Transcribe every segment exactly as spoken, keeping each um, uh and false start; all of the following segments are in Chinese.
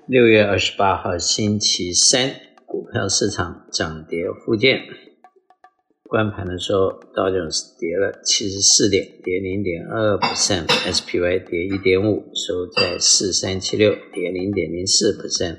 六月二十八号星期三，股票市场涨跌互见。关盘的时候，道琼斯跌了七十四点，跌 零点二二 percent， S P Y 跌 一点五， 收在四千三百七十六，跌 零点零四 percent，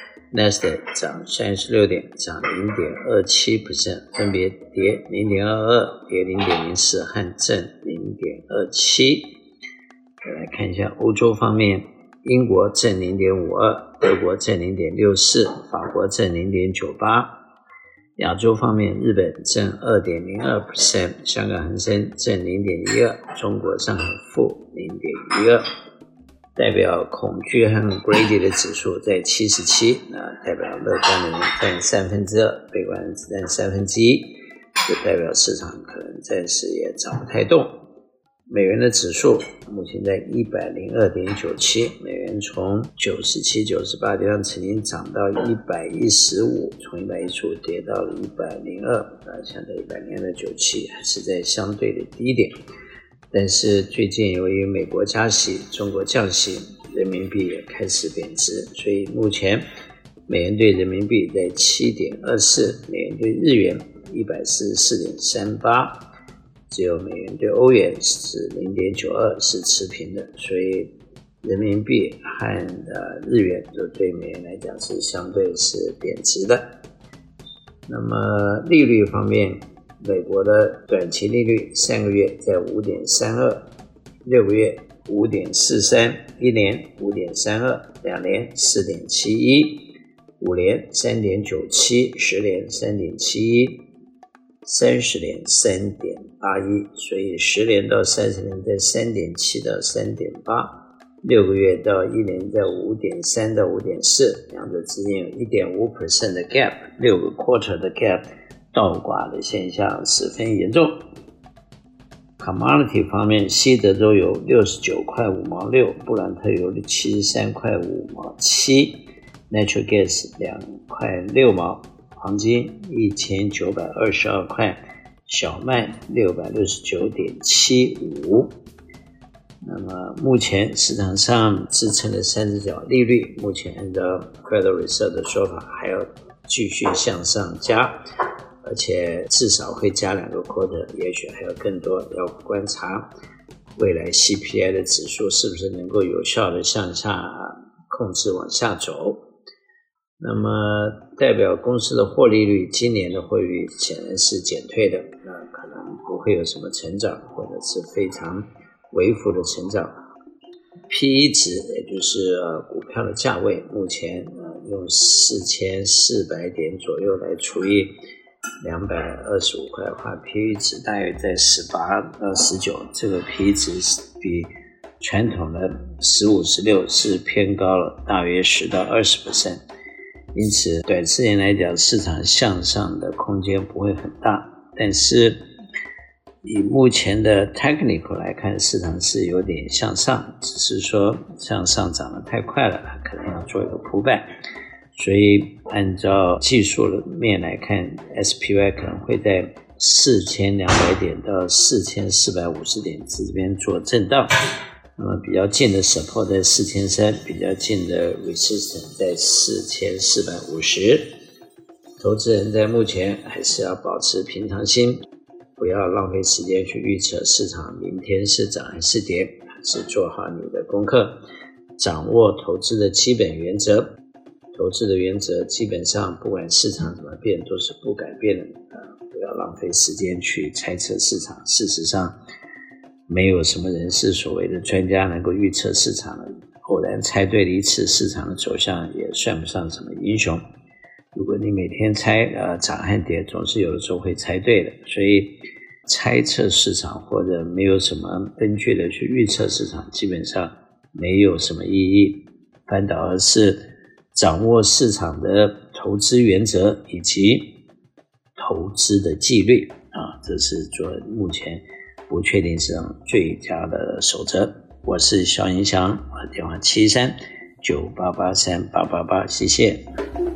Nasdaq 涨三十六点，涨 零点二七 percent， 分别跌 零点二二， 跌 零点零四 和正 零点二七。再来看一下欧洲方面，英国正 零点五二， 德国正 零点六四， 法国正 零点九八。亚洲方面，日本正 二点零二 percent， 香港恒生正 零点一二， 中国上海负 零点一二。代表恐惧和 greedy 的指数在七十七，那代表乐观的人占三分之二，悲观的人只占三分之一，就代表市场可能暂时也涨不太动。美元的指数目前在 一百零二点九七， 美元从九十七、九十八地方曾经涨到一百一十五，从一百一十五跌到了一百零二，相对一百零二点九七还是在相对的低点。但是最近由于美国加息，中国降息，人民币也开始贬值，所以目前美元对人民币在 七点二四， 美元对日元 一百四十四点三八，只有美元对欧元是 零点九二， 是持平的，所以人民币和、呃、日元都对美元来讲是相对是贬值的。那么利率方面，美国的短期利率三个月在 五点三二， 六个月 五点四三， 一年 五点三二， 两年 四点七一， 五年 三点九七， 十年 三点七一，三十年 三点八一， 所以十年到三十年在 三点七 到 三点八， 六个月到一年在 五点三 到 五点四， 两者之间有 一点五 percent 的 gap， 六个 quarter 的 gap， 倒挂的现象十分严重。Commodity 方面，西德州油六十九块五毛六，布兰特油七十三块五毛七， Natural Gas 两块六毛，黄金一千九百二十二块，小麦 六百六十九点七五。那么目前市场上支撑的三只脚利率，目前按照 Federal Reserve 的说法还要继续向上加，而且至少会加两个 quarter， 也许还有更多，要观察未来 C P I 的指数是不是能够有效的向下控制往下走。那么代表公司的获利率，今年的获利率显然是减退的，那可能不会有什么成长，或者是非常微幅的成长。P E 值，也就是、呃、股票的价位，目前、呃、用四千四百点左右来除以两百二十五块的话， P E 值大约在十八到十九，这个 P E 值比传统的十五、十六是偏高了大约十到二十 percent。因此短时间来讲，市场向上的空间不会很大，但是以目前的 technical 来看，市场是有点向上，只是说向上涨得太快了，可能要做一个pullback。所以按照技术的面来看， S P Y 可能会在四千两百点到四千四百五十点这边做震荡。那么比较近的 support 在四千三百，比较近的 resistance 在四千四百五十。投资人在目前还是要保持平常心，不要浪费时间去预测市场明天是涨还是跌，还是做好你的功课，掌握投资的基本原则。投资的原则基本上不管市场怎么变都是不改变的，呃，不要浪费时间去猜测市场。事实上没有什么人是所谓的专家能够预测市场的，偶然猜对了一次市场的走向也算不上什么英雄。如果你每天猜呃涨和跌，总是有的时候会猜对的，所以猜测市场或者没有什么根据的去预测市场，基本上没有什么意义，反倒而是掌握市场的投资原则以及投资的纪律啊，这是做目前不确定市场最佳的守则。我是肖银祥，我的电话七三九八八三八八八，谢谢。